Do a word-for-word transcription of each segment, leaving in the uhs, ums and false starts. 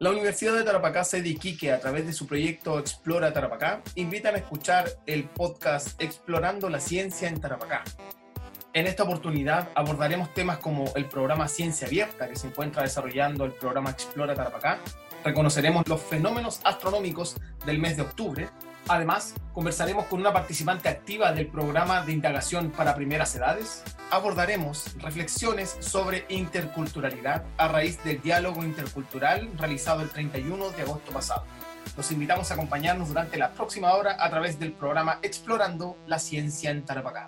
La Universidad de Tarapacá, sede Iquique, a través de su proyecto Explora Tarapacá, invitan a escuchar el podcast Explorando la Ciencia en Tarapacá. En esta oportunidad abordaremos temas como el programa Ciencia Abierta, que se encuentra desarrollando el programa Explora Tarapacá. Reconoceremos los fenómenos astronómicos del mes de octubre. Además, conversaremos con una participante activa del programa de indagación para primeras edades. Abordaremos reflexiones sobre interculturalidad a raíz del diálogo intercultural realizado el treinta y uno de agosto pasado. Los invitamos a acompañarnos durante la próxima hora a través del programa Explorando la Ciencia en Tarapacá.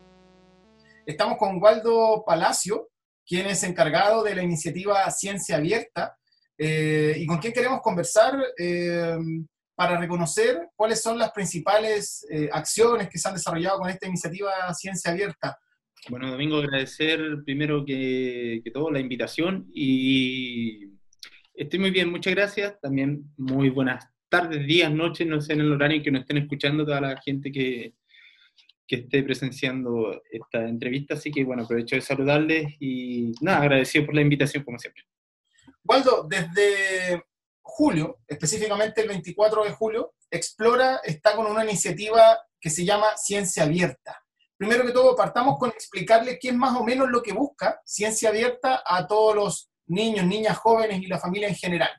Estamos con Waldo Palacio, quien es encargado de la iniciativa Ciencia Abierta, eh, y con quien queremos conversar eh, para reconocer cuáles son las principales eh, acciones que se han desarrollado con esta iniciativa Ciencia Abierta. Bueno, Domingo, agradecer primero que, que todo la invitación y estoy muy bien, muchas gracias. También muy buenas tardes, días, noches, no sé en el horario en que nos estén escuchando toda la gente que, que esté presenciando esta entrevista, así que bueno, aprovecho de saludarles y nada, agradecido por la invitación como siempre. Waldo, desde julio, específicamente el veinticuatro de julio, Explora está con una iniciativa que se llama Ciencia Abierta. Primero que todo, partamos con explicarle qué es más o menos lo que busca Ciencia Abierta a todos los niños, niñas, jóvenes y la familia en general.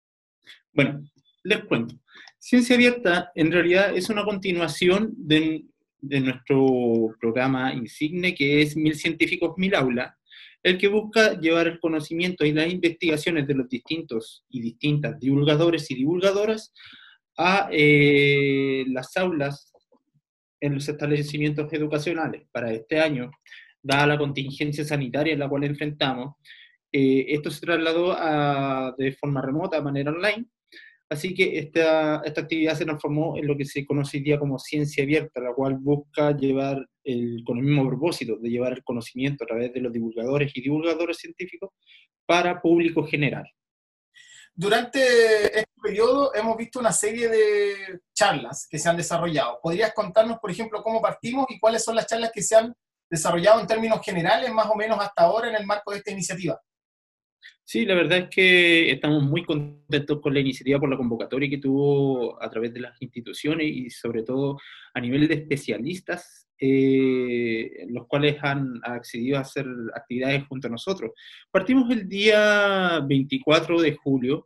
Bueno, les cuento. Ciencia Abierta en realidad es una continuación de, de nuestro programa insigne, que es Mil Científicos, Mil Aulas, el que busca llevar el conocimiento y las investigaciones de los distintos y distintas divulgadores y divulgadoras a eh, las aulas en los establecimientos educacionales. Para este año, dada la contingencia sanitaria en la cual enfrentamos, eh, esto se trasladó a, de forma remota, de manera online, así que esta, esta actividad se transformó en lo que se conoce hoy día como Ciencia Abierta, la cual busca llevar, el, con el mismo propósito, de llevar el conocimiento a través de los divulgadores y divulgadores científicos para público general. Durante este periodo hemos visto una serie de charlas que se han desarrollado. ¿Podrías contarnos, por ejemplo, cómo partimos y cuáles son las charlas que se han desarrollado en términos generales, más o menos hasta ahora, en el marco de esta iniciativa? Sí, la verdad es que estamos muy contentos con la iniciativa por la convocatoria que tuvo a través de las instituciones y sobre todo a nivel de especialistas, eh, los cuales han accedido a hacer actividades junto a nosotros. Partimos el día veinticuatro de julio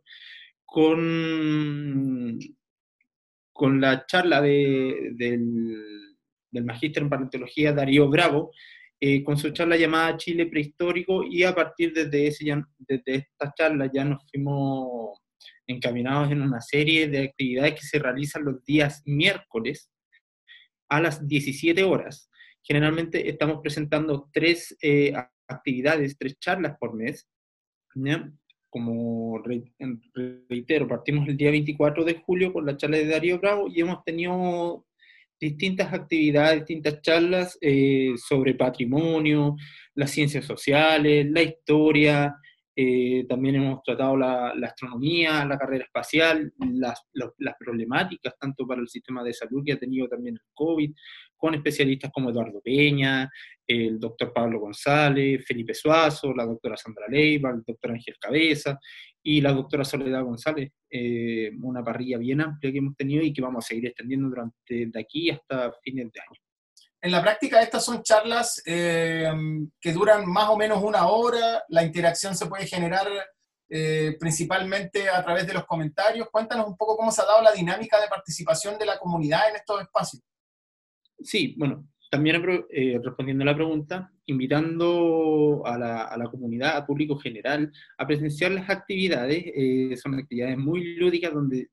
con, con la charla de, del, del magíster en paleontología Darío Bravo, Eh, con su charla llamada Chile Prehistórico, y a partir desde, ese ya, desde esta charla ya nos fuimos encaminados en una serie de actividades que se realizan los días miércoles a las diecisiete horas. Generalmente estamos presentando tres eh, actividades, tres charlas por mes, ¿ya? Como reitero, partimos el día veinticuatro de julio con la charla de Darío Bravo y hemos tenido distintas actividades, distintas charlas eh, sobre patrimonio, las ciencias sociales, la historia, eh, también hemos tratado la, la astronomía, la carrera espacial, las, los, las problemáticas tanto para el sistema de salud que ha tenido también el COVID, con especialistas como Eduardo Peña, el doctor Pablo González, Felipe Suazo, la doctora Sandra Leiva, el doctor Ángel Cabeza y la doctora Soledad González, eh, una parrilla bien amplia que hemos tenido y que vamos a seguir extendiendo durante de aquí hasta fines de año. En la práctica estas son charlas eh, que duran más o menos una hora, la interacción se puede generar eh, principalmente a través de los comentarios. Cuéntanos un poco cómo se ha dado la dinámica de participación de la comunidad en estos espacios. Sí, bueno, también eh, respondiendo a la pregunta, invitando a la, a la comunidad, al público general, a presenciar las actividades. Eh, son actividades muy lúdicas donde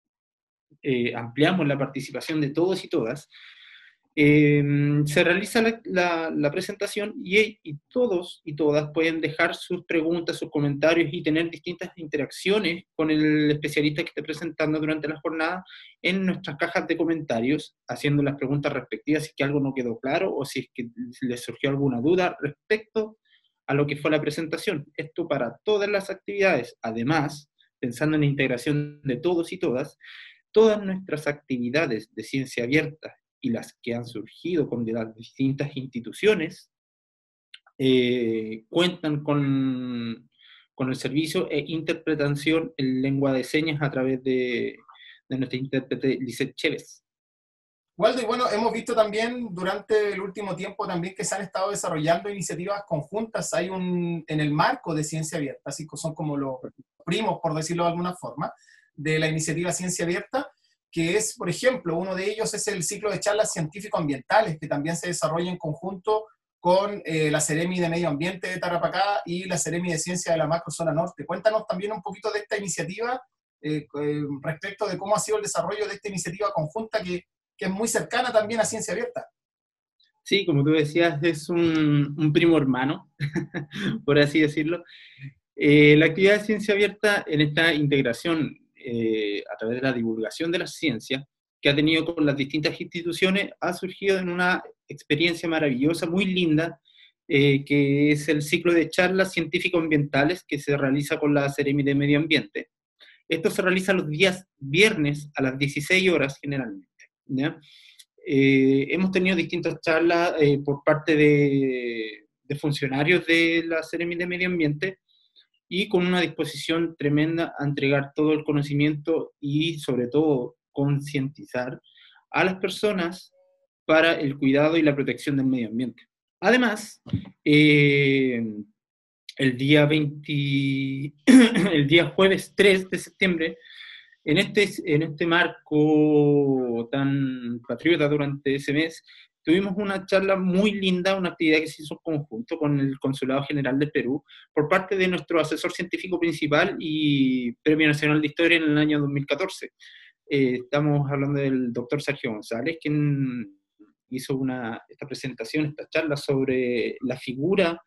eh, ampliamos la participación de todos y todas. Eh, se realiza la, la, la presentación y, y todos y todas pueden dejar sus preguntas, sus comentarios y tener distintas interacciones con el especialista que esté presentando durante la jornada en nuestras cajas de comentarios, haciendo las preguntas respectivas si es que algo no quedó claro o si es que les surgió alguna duda respecto a lo que fue la presentación. Esto para todas las actividades. Además, pensando en la integración de todos y todas, todas nuestras actividades de ciencia abierta y las que han surgido con de las distintas instituciones, eh, cuentan con, con el servicio e interpretación en lengua de señas a través de, de nuestra intérprete Lisette Chévez. Waldo, y bueno, hemos visto también durante el último tiempo también que se han estado desarrollando iniciativas conjuntas. Hay un, en el marco de Ciencia Abierta, así que son como los primos, por decirlo de alguna forma, de la iniciativa Ciencia Abierta, que es, por ejemplo, uno de ellos es el ciclo de charlas científico-ambientales, que también se desarrolla en conjunto con eh, la Seremi de Medio Ambiente de Tarapacá y la Seremi de Ciencia de la Macrozona Norte. Cuéntanos también un poquito de esta iniciativa, eh, eh, respecto de cómo ha sido el desarrollo de esta iniciativa conjunta que que es muy cercana también a Ciencia Abierta. Sí, como tú decías, es un, un primo hermano, por así decirlo. Eh, la actividad de Ciencia Abierta en esta integración eh, a través de la divulgación de la ciencia que ha tenido con las distintas instituciones ha surgido en una experiencia maravillosa, muy linda, eh, que es el ciclo de charlas científico-ambientales que se realiza con la Seremi de Medio Ambiente. Esto se realiza los días viernes a las dieciséis horas generalmente. ¿Ya? Eh, hemos tenido distintas charlas eh, por parte de, de funcionarios de la Seremi de Medio Ambiente y con una disposición tremenda a entregar todo el conocimiento y sobre todo concientizar a las personas para el cuidado y la protección del medio ambiente. Además, eh, el día veinte, el día jueves tres de septiembre, En este, en este marco tan patriota durante ese mes, tuvimos una charla muy linda, una actividad que se hizo en conjunto con el Consulado General del Perú, por parte de nuestro asesor científico principal y Premio Nacional de Historia en el año dos mil catorce. Eh, estamos hablando del doctor Sergio González, quien hizo una, esta presentación, esta charla sobre la figura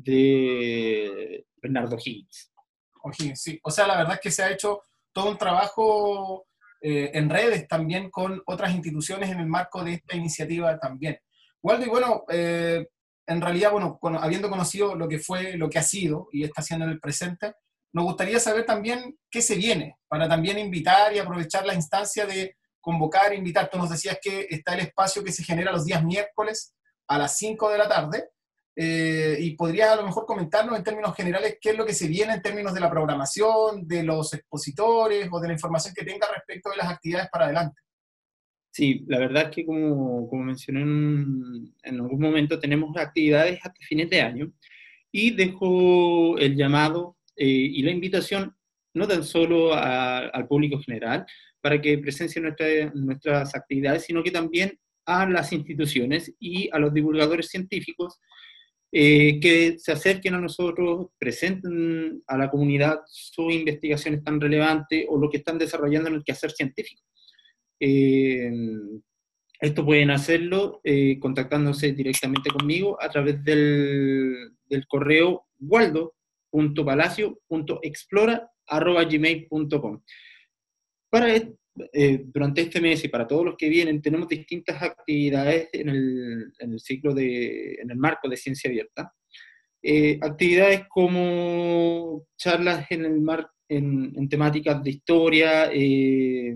de Bernardo Higgins. Oye, sí. O sea, la verdad es que se ha hecho todo un trabajo eh, en redes también con otras instituciones en el marco de esta iniciativa también. Waldo, y bueno, eh, en realidad, bueno, con, habiendo conocido lo que fue, lo que ha sido y está haciendo en el presente, nos gustaría saber también qué se viene, para también invitar y aprovechar la instancia de convocar e invitar. Tú nos decías que está el espacio que se genera los días miércoles a las cinco de la tarde, Eh, y podrías a lo mejor comentarnos en términos generales qué es lo que se viene en términos de la programación, de los expositores o de la información que tenga respecto de las actividades para adelante. Sí, la verdad es que como, como mencioné en, en algún momento, tenemos actividades hasta fines de año y dejo el llamado eh, y la invitación no tan solo a, al público general para que presencie nuestra, nuestras actividades, sino que también a las instituciones y a los divulgadores científicos Eh, que se acerquen a nosotros, presenten a la comunidad sus investigaciones tan relevantes o lo que están desarrollando en el quehacer científico. Eh, esto pueden hacerlo eh, contactándose directamente conmigo a través del, del correo waldo punto palacio punto explora arroba gmail punto com. Para eh, durante este mes y para todos los que vienen, tenemos distintas actividades en el, en el ciclo de, en el marco de Ciencia Abierta. Eh, actividades como charlas en, el mar, en, en temáticas de historia, eh,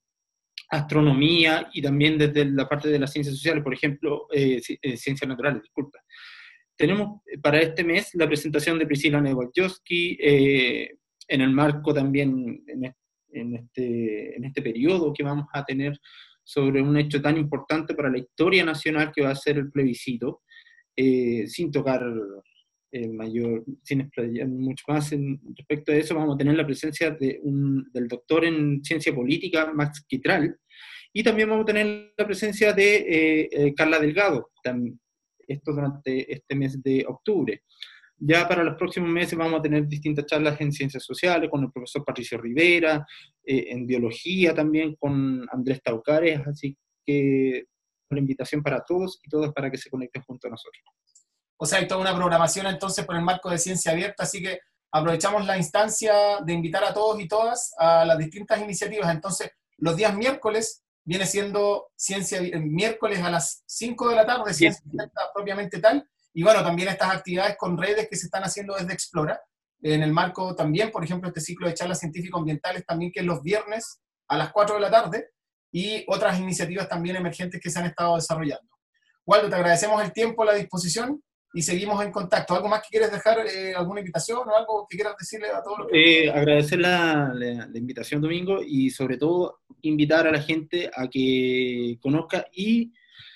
astronomía y también desde la parte de las ciencias sociales, por ejemplo, eh, ciencias naturales, disculpa. Tenemos para este mes la presentación de Priscila Newajowski, eh, en el marco también, en este, En este, en este periodo que vamos a tener sobre un hecho tan importante para la historia nacional que va a ser el plebiscito, eh, sin tocar el mayor, sin explayar mucho más en, respecto a eso, vamos a tener la presencia de un, del doctor en ciencia política, Max Quitral, y también vamos a tener la presencia de eh, eh, Carla Delgado, también, esto durante este mes de octubre. Ya para los próximos meses vamos a tener distintas charlas en ciencias sociales con el profesor Patricio Rivera, eh, en biología también con Andrés Taucares, así que una invitación para todos y todas para que se conecten junto a nosotros. O sea, hay toda una programación entonces por el marco de Ciencia Abierta, así que aprovechamos la instancia de invitar a todos y todas a las distintas iniciativas. Entonces, los días miércoles viene siendo ciencia, miércoles a las cinco de la tarde, Ciencia Abierta propiamente tal. Y bueno, también estas actividades con redes que se están haciendo desde Explora, en el marco también, por ejemplo, este ciclo de charlas científico-ambientales también, que es los viernes a las cuatro de la tarde, y otras iniciativas también emergentes que se han estado desarrollando. Waldo, te agradecemos el tiempo, la disposición, y seguimos en contacto. ¿Algo más que quieres dejar, eh, alguna invitación o algo que quieras decirle a todos los que... Eh, agradecer la, la, la invitación, Domingo, y sobre todo invitar a la gente a que conozca y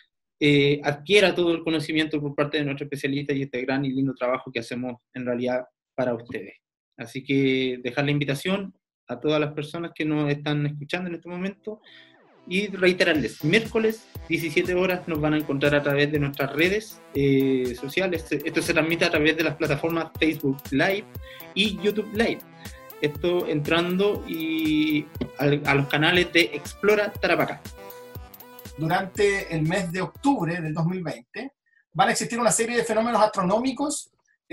eh, adquiera todo el conocimiento por parte de nuestros especialistas y este gran y lindo trabajo que hacemos en realidad para ustedes. Así que dejar la invitación a todas las personas que nos están escuchando en este momento y reiterarles, miércoles diecisiete horas nos van a encontrar a través de nuestras redes eh, sociales. Esto se transmite a través de las plataformas Facebook Live y YouTube Live. Esto entrando y a, a los canales de Explora Tarapacá. Durante el mes de octubre del dos mil veinte van a existir una serie de fenómenos astronómicos,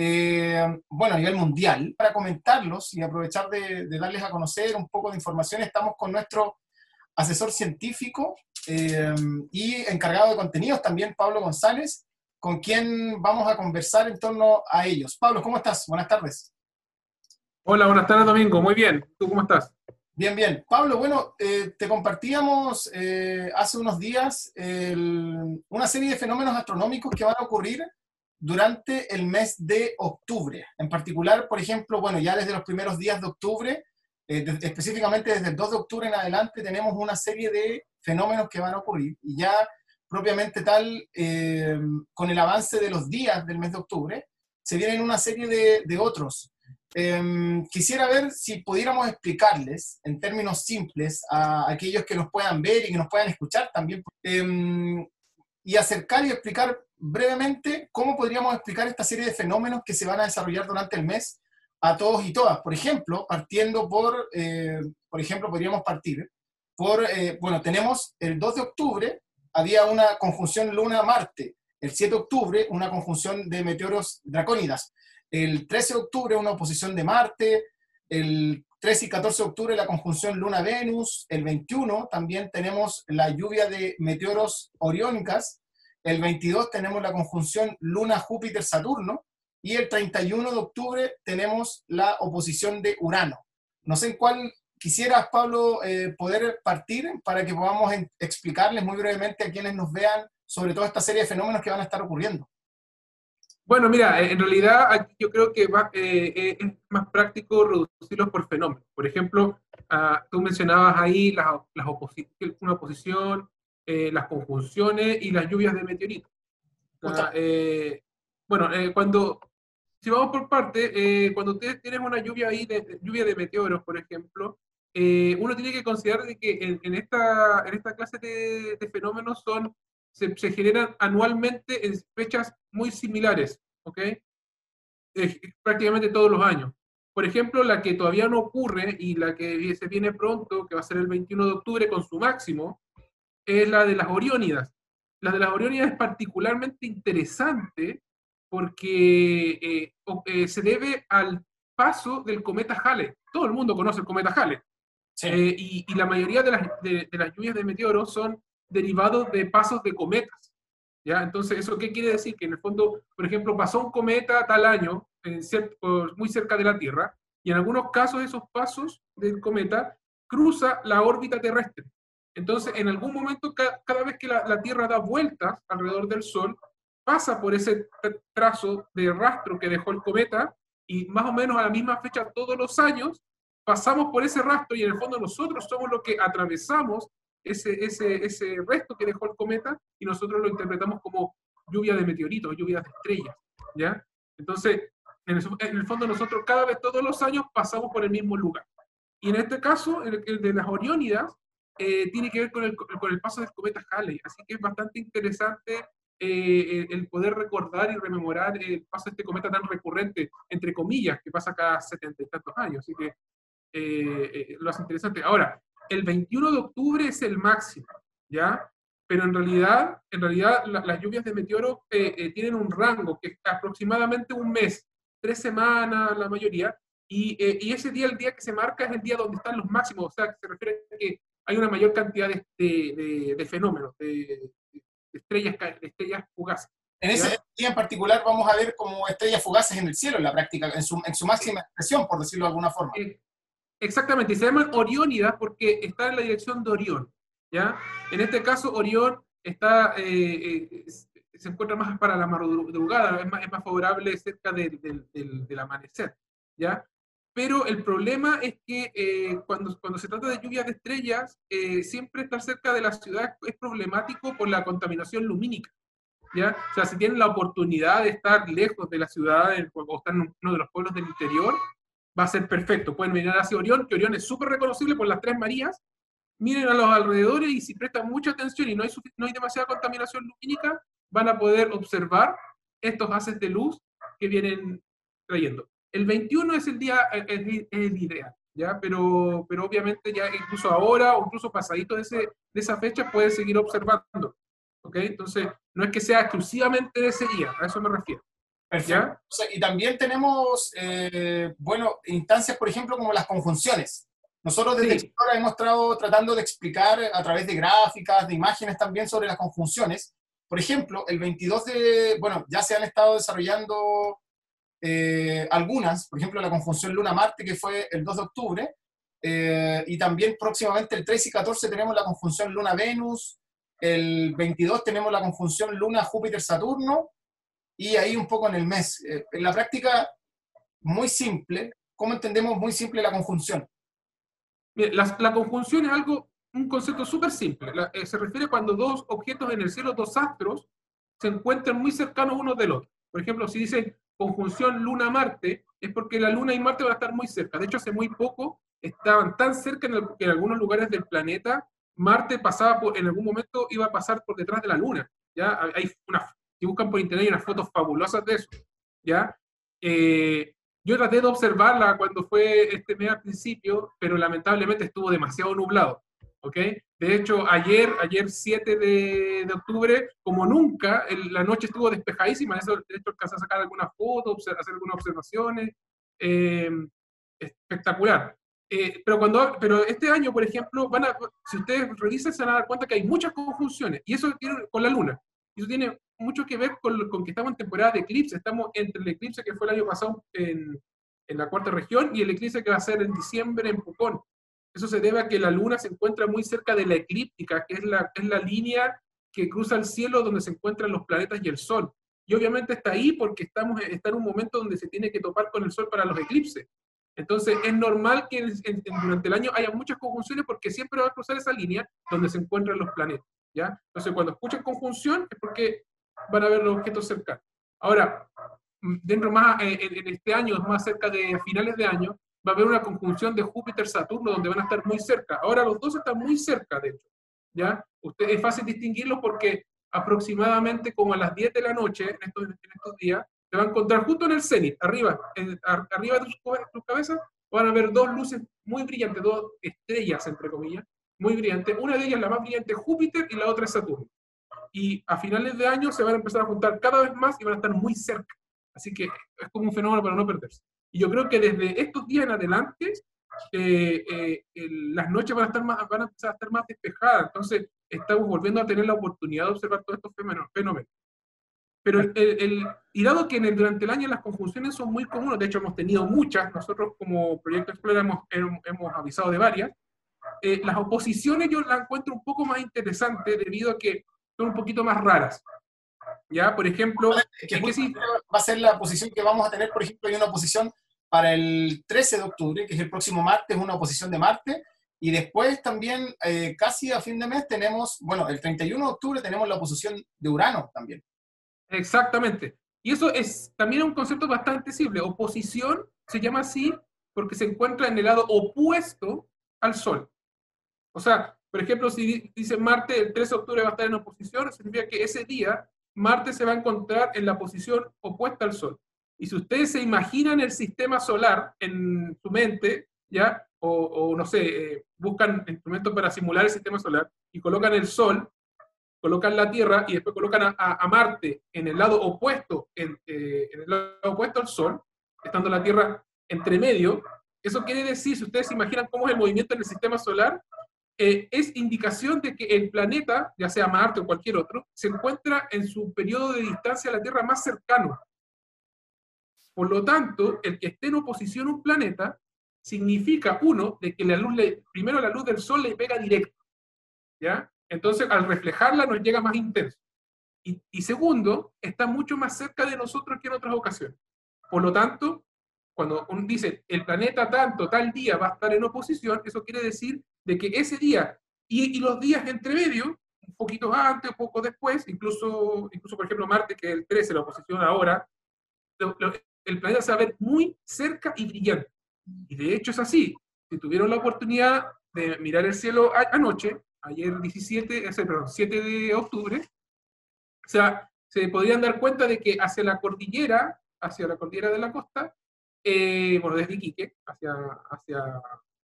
eh, bueno, a nivel mundial. Para comentarlos y aprovechar de, de darles a conocer un poco de información, estamos con nuestro asesor científico eh, y encargado de contenidos también, Pablo González, con quien vamos a conversar en torno a ellos. Pablo, ¿cómo estás? Buenas tardes. Hola, buenas tardes, Domingo. Muy bien. ¿Tú cómo estás? Bien, bien. Pablo, bueno, eh, te compartíamos eh, hace unos días el, una serie de fenómenos astronómicos que van a ocurrir durante el mes de octubre. En particular, por ejemplo, bueno, ya desde los primeros días de octubre, eh, de, específicamente desde el dos de octubre en adelante, tenemos una serie de fenómenos que van a ocurrir. Y ya propiamente tal, eh, con el avance de los días del mes de octubre, se vienen una serie de, de otros. Eh, quisiera ver si pudiéramos explicarles en términos simples a aquellos que nos puedan ver y que nos puedan escuchar también, eh, y acercar y explicar brevemente cómo podríamos explicar esta serie de fenómenos que se van a desarrollar durante el mes a todos y todas. Por ejemplo, partiendo por, eh, por ejemplo, podríamos partir por, eh, bueno, tenemos el dos de octubre, había una conjunción Luna-Marte, el siete de octubre una conjunción de meteoros dracónidas, el trece de octubre una oposición de Marte, el trece y catorce de octubre la conjunción Luna-Venus, el veintiuno también tenemos la lluvia de meteoros oriónicas, el veintidós tenemos la conjunción Luna-Júpiter-Saturno, y el treinta y uno de octubre tenemos la oposición de Urano. No sé en cuál quisieras, Pablo, eh, poder partir para que podamos en, explicarles muy brevemente a quienes nos vean sobre toda esta serie de fenómenos que van a estar ocurriendo. Bueno, mira, en realidad aquí yo creo que va, eh, es más práctico reducirlos por fenómenos. Por ejemplo, uh, tú mencionabas ahí las, las oposi una oposición, eh, las conjunciones y las lluvias de meteoritos. Uh, eh, bueno, eh, cuando, si vamos por parte, eh, cuando ustedes tienen una lluvia ahí, de, de, lluvia de meteoros, por ejemplo, eh, uno tiene que considerar de que en, en, esta, en esta clase de, de fenómenos son Se, se generan anualmente en fechas muy similares, ¿ok? Eh, prácticamente todos los años. Por ejemplo, la que todavía no ocurre y la que se viene pronto, que va a ser el veintiuno de octubre con su máximo, es la de las Oriónidas. La de las Oriónidas es particularmente interesante porque eh, eh, se debe al paso del cometa Halley. Todo el mundo conoce el cometa Halley. Sí. Eh, y, y la mayoría de las, de, de las lluvias de meteoros son derivados de pasos de cometas, ¿ya? Entonces, ¿eso qué quiere decir? Que en el fondo, por ejemplo, pasó un cometa tal año, en cierto, muy cerca de la Tierra, y en algunos casos esos pasos del cometa cruza la órbita terrestre. Entonces, en algún momento, ca cada vez que la, la Tierra da vueltas alrededor del Sol, pasa por ese trazo de rastro que dejó el cometa, y más o menos a la misma fecha todos los años, pasamos por ese rastro, y en el fondo nosotros somos los que atravesamos Ese, ese, ese resto que dejó el cometa y nosotros lo interpretamos como lluvia de meteoritos, lluvia de estrellas, ¿ya? Entonces, en el, en el fondo nosotros cada vez, todos los años, pasamos por el mismo lugar. Y en este caso, el, el de las Oriónidas, eh, tiene que ver con el, con el paso del cometa Halley, así que es bastante interesante eh, el poder recordar y rememorar el paso de este cometa tan recurrente, entre comillas, que pasa cada setenta y tantos años, así que eh, eh, lo hace interesante. Ahora, el veintiuno de octubre es el máximo, ¿ya? Pero en realidad, en realidad la, las lluvias de meteoros eh, eh, tienen un rango que es aproximadamente un mes, tres semanas la mayoría, y, eh, y ese día, el día que se marca, es el día donde están los máximos, o sea, que se refiere a que hay una mayor cantidad de, de, de, de fenómenos, de, de, estrellas, de estrellas fugaces. En ese día en particular vamos a ver como estrellas fugaces en el cielo, en la práctica, en su, en su máxima expresión, por decirlo de alguna forma. Eh, Exactamente, y se llaman Oriónidas porque está en la dirección de Orión, ¿ya? En este caso, Orión está, eh, eh, se encuentra más para la madrugada, es más, es más favorable cerca del, del, del, del amanecer, ¿ya? Pero el problema es que eh, cuando, cuando se trata de lluvias de estrellas, eh, siempre estar cerca de la ciudad es problemático por la contaminación lumínica, ¿ya? O sea, si tienen la oportunidad de estar lejos de la ciudad o estar en uno de los pueblos del interior, va a ser perfecto. Pueden venir hacia Orión, que Orión es súper reconocible por las Tres Marías. Miren a los alrededores y si prestan mucha atención y no hay, no hay demasiada contaminación lumínica, van a poder observar estos haces de luz que vienen trayendo. El veintiuno es el día, es, es el ideal, ¿ya? Pero, pero obviamente ya incluso ahora o incluso pasadito de, ese, de esa fecha puedes seguir observando, ¿ok? Entonces, no es que sea exclusivamente de ese día, a eso me refiero. Perfecto. ¿Ya? O sea, y también tenemos, eh, bueno, instancias, por ejemplo, como las conjunciones. Nosotros desde Sí. Explora hemos estado tratando de explicar a través de gráficas, de imágenes también sobre las conjunciones. Por ejemplo, el veintidós de, bueno, ya se han estado desarrollando eh, algunas, por ejemplo, la conjunción Luna-Marte, que fue el dos de octubre, eh, y también próximamente el trece y catorce tenemos la conjunción Luna-Venus, el veintidós tenemos la conjunción Luna-Júpiter-Saturno, y ahí un poco en el mes. Eh, en la práctica, muy simple. ¿Cómo entendemos muy simple la conjunción? Mire, la, la conjunción es algo, un concepto súper simple. La, eh, se refiere cuando dos objetos en el cielo, dos astros, se encuentran muy cercanos unos del otro. Por ejemplo, si dicen conjunción Luna-Marte, es porque la Luna y Marte van a estar muy cerca. De hecho, hace muy poco estaban tan cerca en el, que en algunos lugares del planeta, Marte pasaba por, en algún momento iba a pasar por detrás de la Luna. ¿Ya? Hay una, si buscan por internet hay unas fotos fabulosas de eso. ¿Ya? Eh, Yo traté de observarla cuando fue este mes al principio, pero lamentablemente estuvo demasiado nublado, ¿ok? De hecho, ayer, ayer siete de, de octubre, como nunca, el, la noche estuvo despejadísima, eso, de hecho alcancé a sacar algunas fotos, hacer algunas observaciones, eh, espectacular. Eh, pero, cuando, pero este año, por ejemplo, van a, si ustedes revisan, se van a dar cuenta que hay muchas conjunciones, y eso tiene con la Luna, y eso tiene mucho que ver con, con que estamos en temporada de eclipse, estamos entre el eclipse que fue el año pasado en, en la cuarta región y el eclipse que va a ser en diciembre en Pucón. Eso se debe a que la luna se encuentra muy cerca de la eclíptica, que es la, es la línea que cruza el cielo donde se encuentran los planetas y el sol. Y obviamente está ahí porque estamos, está en un momento donde se tiene que topar con el sol para los eclipses. Entonces es normal que en, en, durante el año haya muchas conjunciones porque siempre va a cruzar esa línea donde se encuentran los planetas, ¿ya? Entonces cuando escuchan conjunción es porque van a ver los objetos cercanos. Ahora, dentro más, eh, en este año, más cerca de finales de año, va a haber una conjunción de Júpiter-Saturno donde van a estar muy cerca. Ahora los dos están muy cerca, de hecho, ¿ya? Usted, es fácil distinguirlos porque aproximadamente como a las diez de la noche, en estos, en estos días, se va a encontrar justo en el cenit, arriba, en, a, arriba de tus, tus cabezas, van a ver dos luces muy brillantes, dos estrellas, entre comillas, muy brillantes. Una de ellas, la más brillante, es Júpiter, y la otra es Saturno. Y a finales de año se van a empezar a juntar cada vez más y van a estar muy cerca. Así que es como un fenómeno para no perderse. Y yo creo que desde estos días en adelante, eh, eh, el, las noches van a, estar más, van a empezar a estar más despejadas. Entonces, estamos volviendo a tener la oportunidad de observar todos estos fenómenos. Pero el, el, el, y dado que en el, durante el año las conjunciones son muy comunes, de hecho hemos tenido muchas, nosotros como Proyecto Explora hemos, hemos avisado de varias, eh, las oposiciones yo las encuentro un poco más interesantes debido a que son un poquito más raras. ¿Ya? Por ejemplo, que es que sí, va a ser la posición que vamos a tener, por ejemplo, hay una oposición para el trece de octubre, que es el próximo martes, una oposición de Marte, y después también, eh, casi a fin de mes, tenemos, bueno, el treinta y uno de octubre tenemos la oposición de Urano también. Exactamente. Y eso es también un concepto bastante simple. Oposición se llama así porque se encuentra en el lado opuesto al Sol. O sea, por ejemplo, si dice Marte el trece de octubre va a estar en oposición, significa que ese día Marte se va a encontrar en la posición opuesta al Sol. Y si ustedes se imaginan el sistema solar en su mente, ¿ya? O, o no sé, eh, buscan instrumentos para simular el sistema solar y colocan el Sol, colocan la Tierra y después colocan a, a, a Marte en el lado opuesto, en, eh, en el lado opuesto al Sol, estando la Tierra entre medio, eso quiere decir, si ustedes se imaginan cómo es el movimiento en el sistema solar, Eh, es indicación de que el planeta, ya sea Marte o cualquier otro, se encuentra en su periodo de distancia a la Tierra más cercano. Por lo tanto, el que esté en oposición a un planeta significa, uno, de que la luz le, primero la luz del Sol le pega directo, ¿ya? Entonces, al reflejarla nos llega más intenso. Y, y segundo, está mucho más cerca de nosotros que en otras ocasiones. Por lo tanto, cuando uno dice el planeta tanto, tal día va a estar en oposición, eso quiere decir de que ese día y, y los días entre medio, un poquito antes, un poco después, incluso, incluso por ejemplo Marte, que es el trece, la oposición ahora, lo, lo, el planeta se va a ver muy cerca y brillante. Y de hecho es así. Si tuvieron la oportunidad de mirar el cielo a, anoche, ayer diecisiete, ese, perdón, siete de octubre, o sea, se podrían dar cuenta de que hacia la cordillera, hacia la cordillera de la costa, eh, bueno, desde Iquique, hacia, hacia,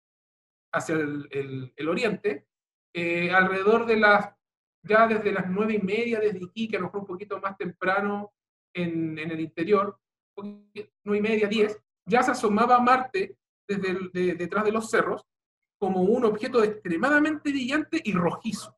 hacia el, el, el oriente, eh, alrededor de las, ya desde las nueve y media desde Iquique, a lo mejor un poquito más temprano en, en el interior, nueve y media, diez, ya se asomaba Marte desde el, de, detrás de los cerros como un objeto extremadamente brillante y rojizo,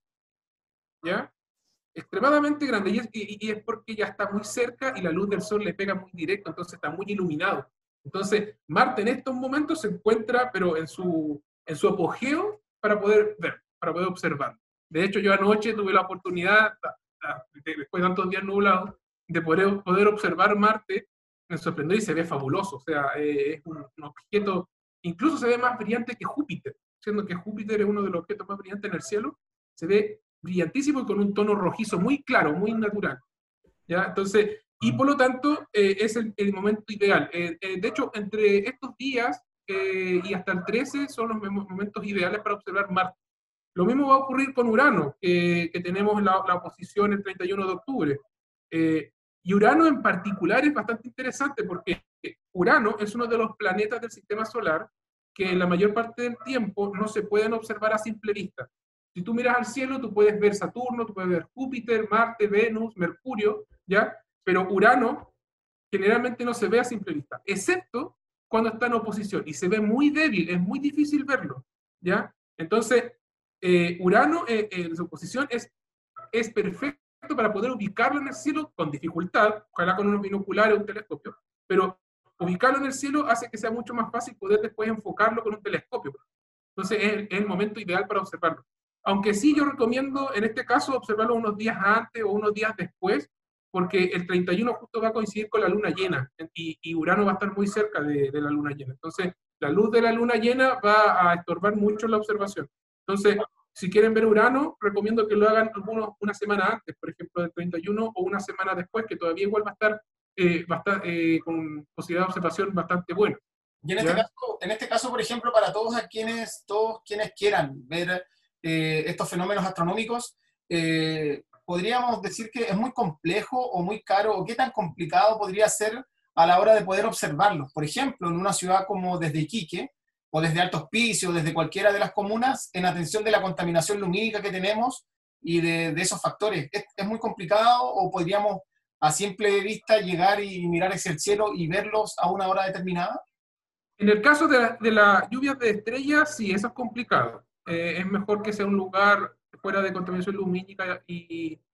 ¿ya? Extremadamente grande, y es, y, y es porque ya está muy cerca y la luz del sol le pega muy directo, entonces está muy iluminado. Entonces, Marte en estos momentos se encuentra, pero en su, en su apogeo para poder ver, para poder observar. De hecho, yo anoche tuve la oportunidad, después de tantos días nublados, de poder, poder observar Marte en su esplendor y se ve fabuloso. O sea, eh, es un, un objeto, incluso se ve más brillante que Júpiter, siendo que Júpiter es uno de los objetos más brillantes en el cielo, se ve brillantísimo y con un tono rojizo muy claro, muy natural. ¿Ya? Entonces, y por lo tanto, eh, es el, el momento ideal. Eh, eh, de hecho, entre estos días eh, y hasta el trece son los momentos ideales para observar Marte. Lo mismo va a ocurrir con Urano, que, que tenemos la, la oposición el treinta y uno de octubre. Eh, y Urano en particular es bastante interesante porque Urano es uno de los planetas del sistema solar que en la mayor parte del tiempo no se pueden observar a simple vista. Si tú miras al cielo, tú puedes ver Saturno, tú puedes ver Júpiter, Marte, Venus, Mercurio, ¿ya? Pero Urano generalmente no se ve a simple vista, excepto cuando está en oposición, y se ve muy débil, es muy difícil verlo, ¿ya? Entonces, eh, Urano eh, en su oposición es, es perfecto para poder ubicarlo en el cielo con dificultad, ojalá con unos binoculares o un telescopio, pero ubicarlo en el cielo hace que sea mucho más fácil poder después enfocarlo con un telescopio. Entonces, es el, es el momento ideal para observarlo. Aunque sí yo recomiendo en este caso observarlo unos días antes o unos días después, porque el treinta y uno justo va a coincidir con la luna llena y, y Urano va a estar muy cerca de, de la luna llena. Entonces, la luz de la luna llena va a estorbar mucho la observación. Entonces, si quieren ver Urano, recomiendo que lo hagan algunos, una semana antes, por ejemplo, del treinta y uno o una semana después, que todavía igual va a estar, eh, va a estar eh, con posibilidad de observación bastante buena. Y en este, caso, en este caso, por ejemplo, para todos a quienes, todos quienes quieran ver eh, estos fenómenos astronómicos, eh, podríamos decir que es muy complejo o muy caro, o qué tan complicado podría ser a la hora de poder observarlos. Por ejemplo, en una ciudad como desde Iquique, o desde Alto Hospicio, desde cualquiera de las comunas, en atención de la contaminación lumínica que tenemos y de, de esos factores. ¿Es, ¿Es muy complicado o podríamos a simple vista llegar y mirar hacia el cielo y verlos a una hora determinada? En el caso de las la lluvias de estrellas, sí, eso es complicado. Eh, es mejor que sea un lugar fuera de contaminación lumínica y, y,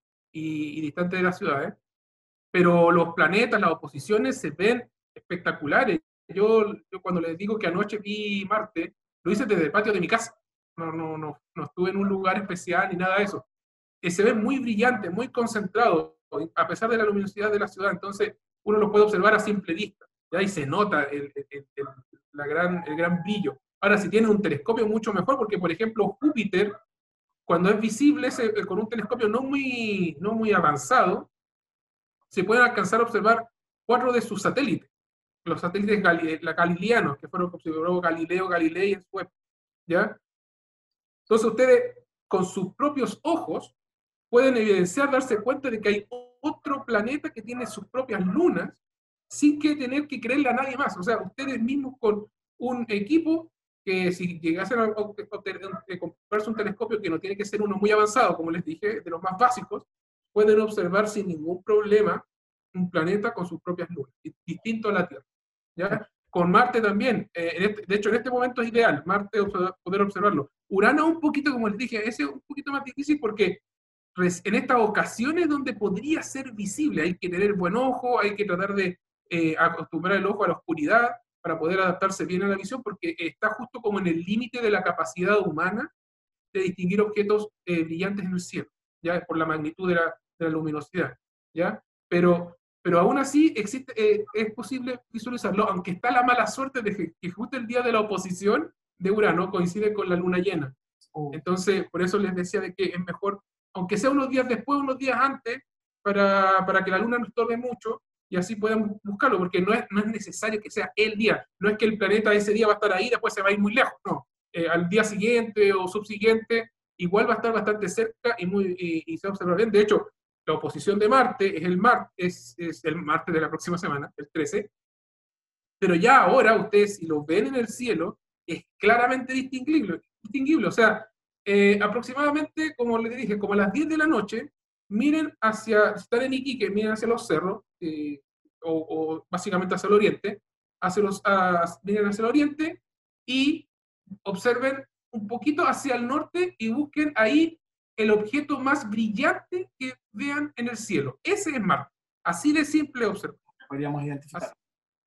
y distante de las ciudades. Pero los planetas, las oposiciones se ven espectaculares. Yo, yo cuando les digo que anoche vi Marte, lo hice desde el patio de mi casa. No, no, no, no estuve en un lugar especial ni nada de eso. Eh, se ve muy brillante, muy concentrado, a pesar de la luminosidad de la ciudad. Entonces, uno lo puede observar a simple vista. Y ahí se nota el, el, el, la gran, el gran brillo. Ahora, si tienes un telescopio, mucho mejor, porque, por ejemplo, Júpiter, cuando es visible se, con un telescopio no muy, no muy avanzado, se pueden alcanzar a observar cuatro de sus satélites, los satélites gali galileanos, que fueron observó Galileo Galilei en su web, ¿ya? Entonces ustedes, con sus propios ojos, pueden evidenciar, darse cuenta de que hay otro planeta que tiene sus propias lunas, sin que tener que creerle a nadie más. O sea, ustedes mismos con un equipo que si llegasen a, a, a comprarse un telescopio que no tiene que ser uno muy avanzado, como les dije, de los más básicos, pueden observar sin ningún problema un planeta con sus propias lunas, distinto a la Tierra. ¿Ya? Con Marte también, eh, en este, de hecho en este momento es ideal, Marte poder observarlo. Urano un poquito, como les dije, ese es un poquito más difícil porque en estas ocasiones donde podría ser visible, hay que tener buen ojo, hay que tratar de eh, acostumbrar el ojo a la oscuridad para poder adaptarse bien a la visión, porque está justo como en el límite de la capacidad humana de distinguir objetos eh, brillantes en el cielo, ya por la magnitud de la, de la luminosidad, ¿ya? Pero, pero aún así existe, eh, es posible visualizarlo, aunque está la mala suerte de que, que justo el día de la oposición de Urano coincide con la luna llena. Entonces, por eso les decía de que es mejor, aunque sea unos días después, unos días antes, para, para que la luna no estorbe mucho, y así podemos buscarlo, porque no es, no es necesario que sea el día, no es que el planeta ese día va a estar ahí, después se va a ir muy lejos, no. Eh, al día siguiente o subsiguiente, igual va a estar bastante cerca y, muy, y, y se va a observar bien. De hecho, la oposición de Marte es el, Mar, es, es el martes de la próxima semana, el trece, pero ya ahora ustedes, si lo ven en el cielo, es claramente distinguible, distinguible. O sea, eh, aproximadamente, como les dije, como a las diez de la noche, miren hacia, si están en Iquique, miren hacia los cerros, eh, o, o básicamente hacia el oriente, hacia los, a, miren hacia el oriente, y observen un poquito hacia el norte y busquen ahí el objeto más brillante que vean en el cielo. Ese es Marte. Así de simple observar. Podríamos identificar. Así.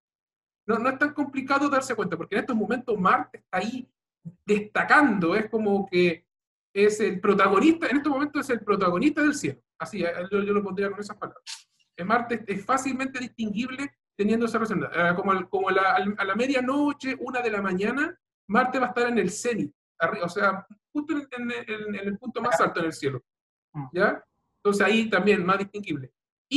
No, no es tan complicado darse cuenta, porque en estos momentos Marte está ahí destacando, es como que es el protagonista, en estos momentos es el protagonista del cielo. Así, yo, yo lo pondría con esas palabras. En Marte es fácilmente distinguible teniendo esa relación. Como, al, como a, la, a la medianoche, una de la mañana, Marte va a estar en el cenit, o sea, justo en, en, en, en el punto más alto en el cielo. ¿Ya? Entonces ahí también más distinguible.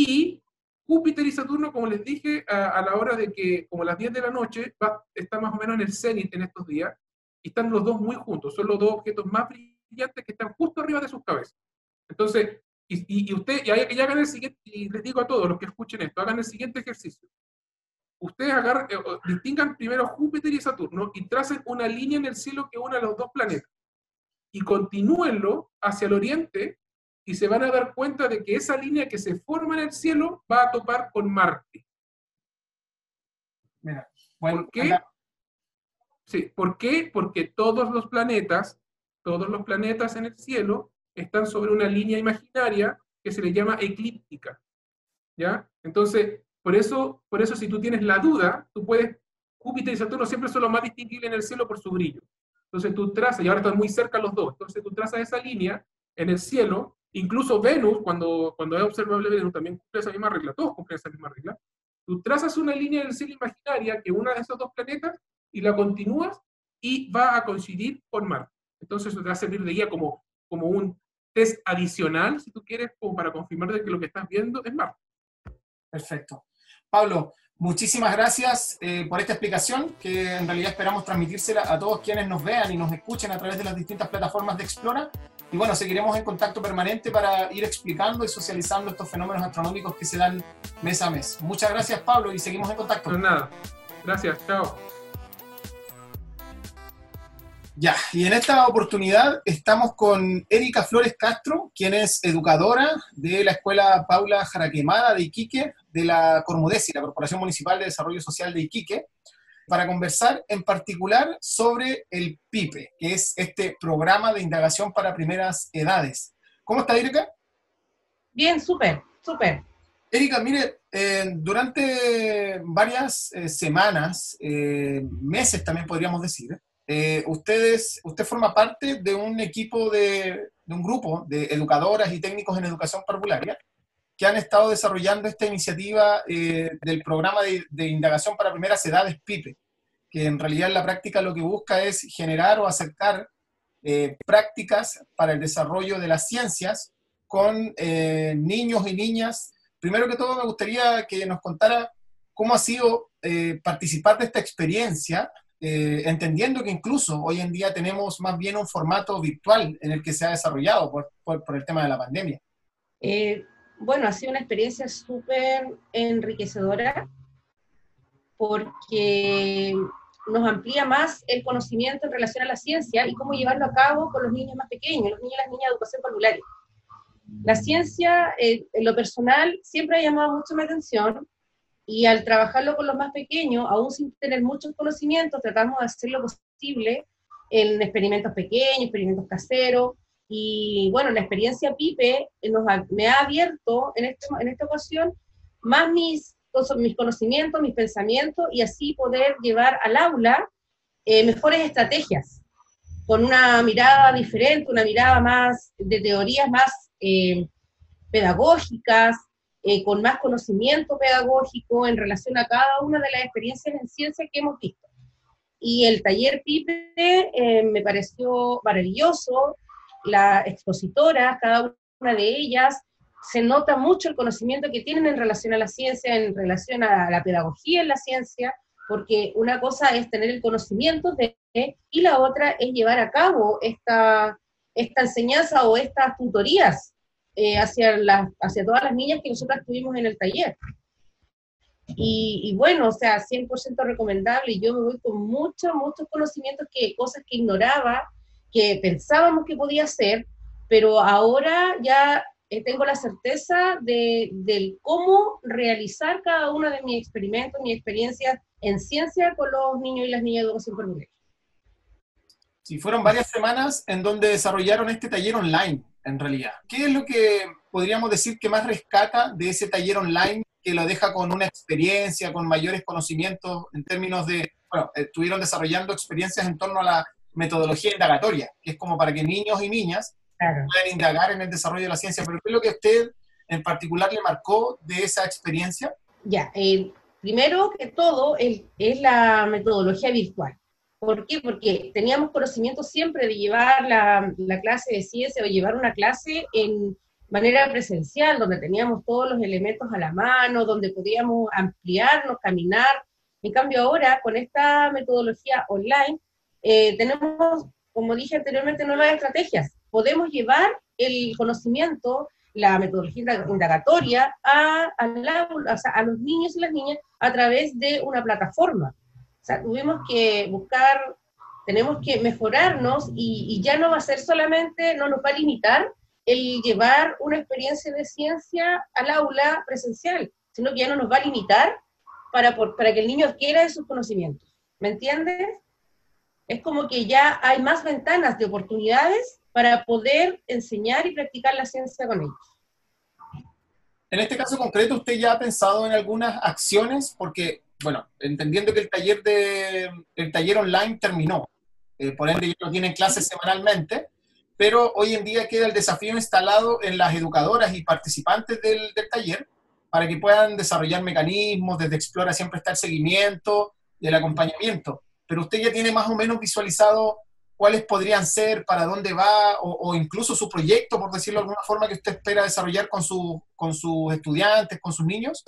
Y Júpiter y Saturno, como les dije, a, a la hora de que, como a las diez de la noche, va, está más o menos en el cenit en estos días, y están los dos muy juntos, son los dos objetos más brillantes que están justo arriba de sus cabezas. Entonces, y, y, y usted, y, y hagan el siguiente, y les digo a todos los que escuchen esto, hagan el siguiente ejercicio. Ustedes agarran, eh, distingan primero Júpiter y Saturno y tracen una línea en el cielo que une a los dos planetas. Y continúenlo hacia el oriente y se van a dar cuenta de que esa línea que se forma en el cielo va a topar con Marte. Mira, bueno, ¿por qué? Sí, ¿por qué? Porque todos los planetas, todos los planetas en el cielo están sobre una línea imaginaria que se le llama eclíptica. ¿Ya? Entonces, por eso, por eso si tú tienes la duda, tú puedes, Júpiter y Saturno siempre son los más distinguibles en el cielo por su brillo. Entonces tú trazas, y ahora están muy cerca los dos, entonces tú trazas esa línea en el cielo, incluso Venus, cuando, cuando es observable Venus, también cumple esa misma regla, todos cumplen esa misma regla. Tú trazas una línea en el cielo imaginaria que una de esos dos planetas y la continúas y va a coincidir con Marte. Entonces eso te va a servir de guía como, como un test adicional, si tú quieres, como para confirmar de que lo que estás viendo es Marte. Perfecto. Pablo, muchísimas gracias eh, por esta explicación, que en realidad esperamos transmitírsela a todos quienes nos vean y nos escuchen a través de las distintas plataformas de Explora. Y bueno, seguiremos en contacto permanente para ir explicando y socializando estos fenómenos astronómicos que se dan mes a mes. Muchas gracias, Pablo, y seguimos en contacto. Pues nada, gracias, chao. Ya, y en esta oportunidad estamos con Erika Flores Castro, quien es educadora de la Escuela Paula Jaraquemada de Iquique, de la Cormudesi, la Corporación Municipal de Desarrollo Social de Iquique, para conversar en particular sobre el PIPE, que es este programa de indagación para primeras edades. ¿Cómo está, Erika? Bien, súper, súper. Erika, mire, eh, durante varias eh, semanas, eh, meses también podríamos decir, Eh, ustedes, usted forma parte de un equipo, de, de un grupo de educadoras y técnicos en educación parvularia que han estado desarrollando esta iniciativa eh, del programa de, de indagación para primeras edades PIPE, que en realidad en la práctica lo que busca es generar o acercar eh, prácticas para el desarrollo de las ciencias con eh, niños y niñas. Primero que todo me gustaría que nos contara cómo ha sido eh, participar de esta experiencia, Eh, entendiendo que incluso hoy en día tenemos más bien un formato virtual en el que se ha desarrollado por, por, por el tema de la pandemia. Eh, bueno, ha sido una experiencia súper enriquecedora porque nos amplía más el conocimiento en relación a la ciencia y cómo llevarlo a cabo con los niños más pequeños, los niños y las niñas de educación parvularia. La ciencia, eh, en lo personal, siempre ha llamado mucho mi atención. Y al trabajarlo con los más pequeños, aún sin tener muchos conocimientos, tratamos de hacer lo posible en experimentos pequeños, experimentos caseros, y bueno, la experiencia PIPE nos ha, me ha abierto en, este, en esta ocasión más mis, mis conocimientos, mis pensamientos, y así poder llevar al aula eh, mejores estrategias, con una mirada diferente, una mirada más de teorías más... Eh, pedagógicas, eh, con más conocimiento pedagógico en relación a cada una de las experiencias en ciencia que hemos visto. Y el taller Pipe eh, me pareció maravilloso, las expositoras, cada una de ellas, se nota mucho el conocimiento que tienen en relación a la ciencia, en relación a la pedagogía en la ciencia, porque una cosa es tener el conocimiento de, y la otra es llevar a cabo esta, esta enseñanza o estas tutorías eh, hacia, la, hacia todas las niñas que nosotras tuvimos en el taller. Y, y bueno, o sea, cien por ciento recomendable, y yo me voy con muchos, muchos conocimientos, que cosas que ignoraba, que pensábamos que podía hacer, pero ahora ya eh, tengo la certeza de, de cómo realizar cada uno de mis experimentos, mis experiencias en ciencia con los niños y las niñas de educación primaria. Sí, fueron varias semanas en donde desarrollaron este taller online, en realidad. ¿Qué es lo que podríamos decir que más rescata de ese taller online, que lo deja con una experiencia, con mayores conocimientos en términos de, bueno, estuvieron desarrollando experiencias en torno a la metodología indagatoria, que es como para que niños y niñas claro. puedan indagar en el desarrollo de la ciencia? Pero ¿qué es lo que a usted en particular le marcó de esa experiencia? Ya, eh, primero que todo es, es la metodología virtual. ¿Por qué? Porque teníamos conocimiento siempre de llevar la, la clase de ciencia o llevar una clase en manera presencial, donde teníamos todos los elementos a la mano, donde podíamos ampliarnos, caminar. En cambio ahora, con esta metodología online, eh, tenemos, como dije anteriormente, nuevas estrategias. Podemos llevar el conocimiento, la metodología indagatoria a, a, la, o sea, a los niños y las niñas a través de una plataforma. O sea, tuvimos que buscar, tenemos que mejorarnos, y, y ya no va a ser solamente, no nos va a limitar el llevar una experiencia de ciencia al aula presencial, sino que ya no nos va a limitar para, por, para que el niño adquiera esos conocimientos. ¿Me entiendes? Es como que ya hay más ventanas de oportunidades para poder enseñar y practicar la ciencia con ellos. En este caso concreto, ¿usted ya ha pensado en algunas acciones? Porque, bueno, entendiendo que el taller, de, el taller online terminó, eh, por ende ya no tienen clases semanalmente, pero hoy en día queda el desafío instalado en las educadoras y participantes del, del taller para que puedan desarrollar mecanismos. Desde Explora siempre está el seguimiento y el acompañamiento, pero usted ya tiene más o menos visualizado cuáles podrían ser, para dónde va, o, o incluso su proyecto, por decirlo de alguna forma, que usted espera desarrollar con, su, con sus estudiantes, con sus niños.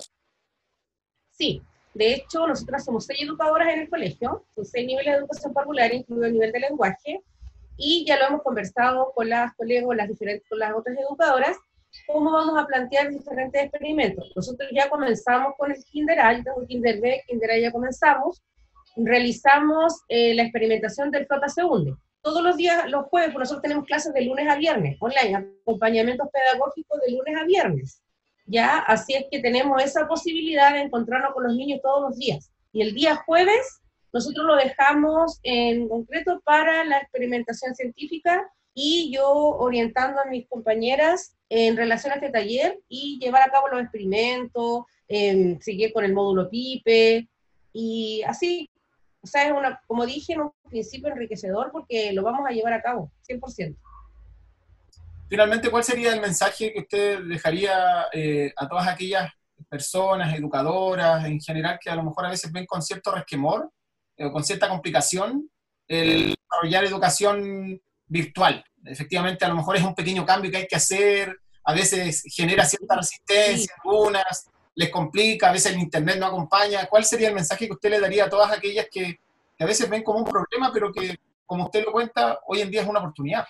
Sí, de hecho nosotras somos seis educadoras en el colegio, son seis niveles de educación parvularia, incluido el nivel de lenguaje, y ya lo hemos conversado con las colegas, las diferentes, con las otras educadoras, cómo vamos a plantear diferentes experimentos. Nosotros ya comenzamos con el Kinder A, yo tengo Kinder B, Kinder A ya comenzamos, realizamos eh, la experimentación del flota se hunde. Todos los días, los jueves, pues nosotros tenemos clases de lunes a viernes, online, acompañamientos pedagógicos de lunes a viernes. Ya, así es que tenemos esa posibilidad de encontrarnos con los niños todos los días. Y el día jueves, nosotros lo dejamos en concreto para la experimentación científica, y yo orientando a mis compañeras en relación a este taller y llevar a cabo los experimentos, eh, seguir con el módulo Pipe, y así. O sea, es una, como dije, en un principio enriquecedor, porque lo vamos a llevar a cabo, cien por ciento. Finalmente, ¿cuál sería el mensaje que usted dejaría eh, a todas aquellas personas, educadoras en general, que a lo mejor a veces ven con cierto resquemor eh, o con cierta complicación el desarrollar educación virtual? Efectivamente, a lo mejor es un pequeño cambio que hay que hacer, a veces genera cierta resistencia, sí. Algunas les complica, a veces el internet no acompaña. ¿Cuál sería el mensaje que usted le daría a todas aquellas que, que a veces ven como un problema, pero que, como usted lo cuenta, hoy en día es una oportunidad?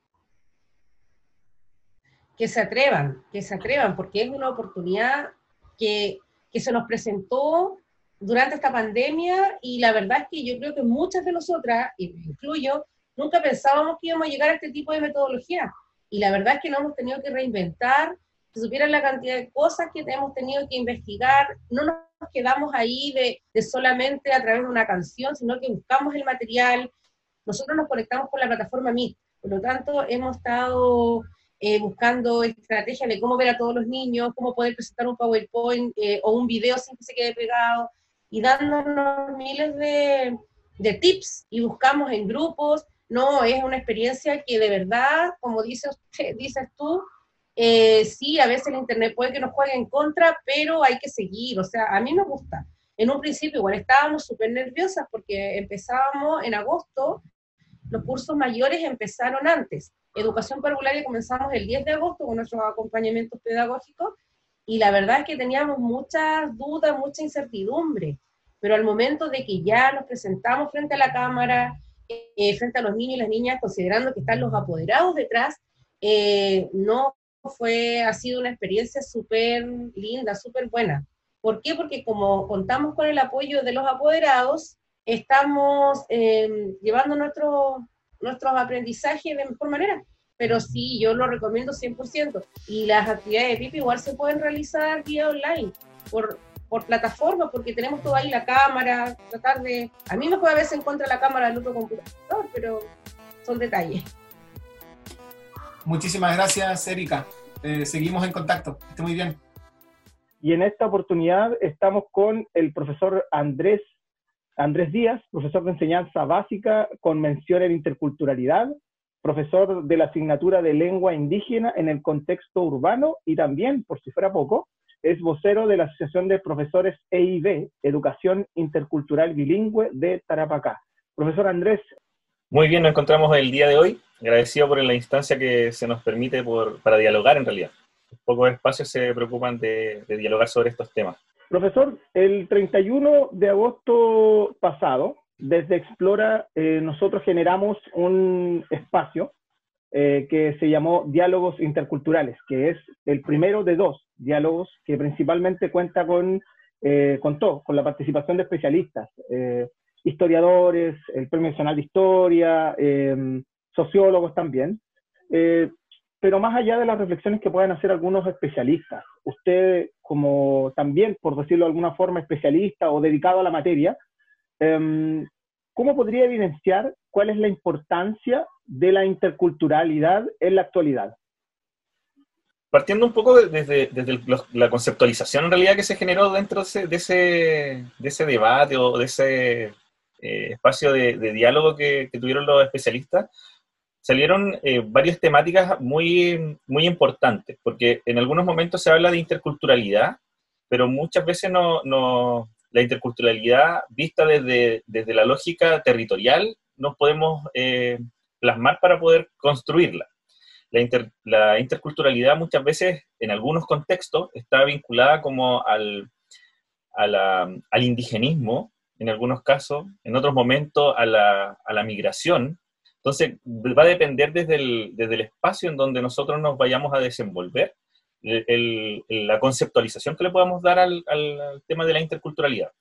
Que se atrevan, que se atrevan, porque es una oportunidad que, que se nos presentó durante esta pandemia, y la verdad es que yo creo que muchas de nosotras, y me incluyo, nunca pensábamos que íbamos a llegar a este tipo de metodología, y la verdad es que nos hemos tenido que reinventar. Si supieran la cantidad de cosas que hemos tenido que investigar, no nos quedamos ahí de, de solamente a través de una canción, sino que buscamos el material. Nosotros nos conectamos con la plataforma Meet, por lo tanto hemos estado eh, buscando estrategias de cómo ver a todos los niños, cómo poder presentar un PowerPoint eh, o un video sin que se quede pegado, y dándonos miles de, de tips, y buscamos en grupos. No, es una experiencia que de verdad, como dices, dices tú, Eh, sí, a veces el internet puede que nos juegue en contra, pero hay que seguir, o sea, a mí me gusta. En un principio igual estábamos súper nerviosas porque empezábamos en agosto, los cursos mayores empezaron antes. Educación parvularia comenzamos el diez de agosto con nuestros acompañamientos pedagógicos, y la verdad es que teníamos muchas dudas, mucha incertidumbre, pero al momento de que ya nos presentamos frente a la cámara, eh, frente a los niños y las niñas, considerando que están los apoderados detrás, eh, no fue, ha sido una experiencia súper linda, súper buena. ¿Por qué? Porque como contamos con el apoyo de los apoderados, estamos eh, llevando nuestro, nuestros aprendizajes de mejor manera. Pero sí, yo lo recomiendo cien por ciento. Y las actividades de Pipi igual se pueden realizar vía online, por, por plataforma, porque tenemos todo ahí, la cámara, tratar de... A mí me juega a veces en contra de la cámara del otro computador, pero son detalles. Muchísimas gracias, Erika. Eh, seguimos en contacto. Que esté muy bien. Y en esta oportunidad estamos con el profesor Andrés, Andrés Díaz, profesor de enseñanza básica con mención en interculturalidad, profesor de la asignatura de lengua indígena en el contexto urbano y también, por si fuera poco, es vocero de la Asociación de Profesores E I B, Educación Intercultural Bilingüe de Tarapacá. Profesor Andrés. Muy bien, nos encontramos el día de hoy, agradecido por la instancia que se nos permite por, para dialogar en realidad. Pocos espacios se preocupan de, de dialogar sobre estos temas. Profesor, el treinta y uno de agosto pasado, desde Explora, eh, nosotros generamos un espacio eh, que se llamó Diálogos Interculturales, que es el primero de dos diálogos que principalmente cuenta con, eh, contó con la participación de especialistas, eh, historiadores, el Premio Nacional de Historia, eh, sociólogos también, eh, pero más allá de las reflexiones que puedan hacer algunos especialistas, usted como también, por decirlo de alguna forma, especialista o dedicado a la materia, ¿cómo podría evidenciar cuál es la importancia de la interculturalidad en la actualidad? Partiendo un poco desde, desde la conceptualización en realidad que se generó dentro de ese, de ese, de ese debate o de ese eh, espacio de, de diálogo que, que tuvieron los especialistas, salieron eh, varias temáticas muy, muy importantes, porque en algunos momentos se habla de interculturalidad, pero muchas veces no, no, la interculturalidad vista desde, desde la lógica territorial nos podemos eh, plasmar para poder construirla. La, inter, la interculturalidad muchas veces, en algunos contextos, está vinculada como al, a la, al indigenismo, en algunos casos, en otros momentos a la, a la migración. Entonces, va a depender desde el, desde el espacio en donde nosotros nos vayamos a desenvolver, el, el, la conceptualización que le podamos dar al, al tema de la interculturalidad.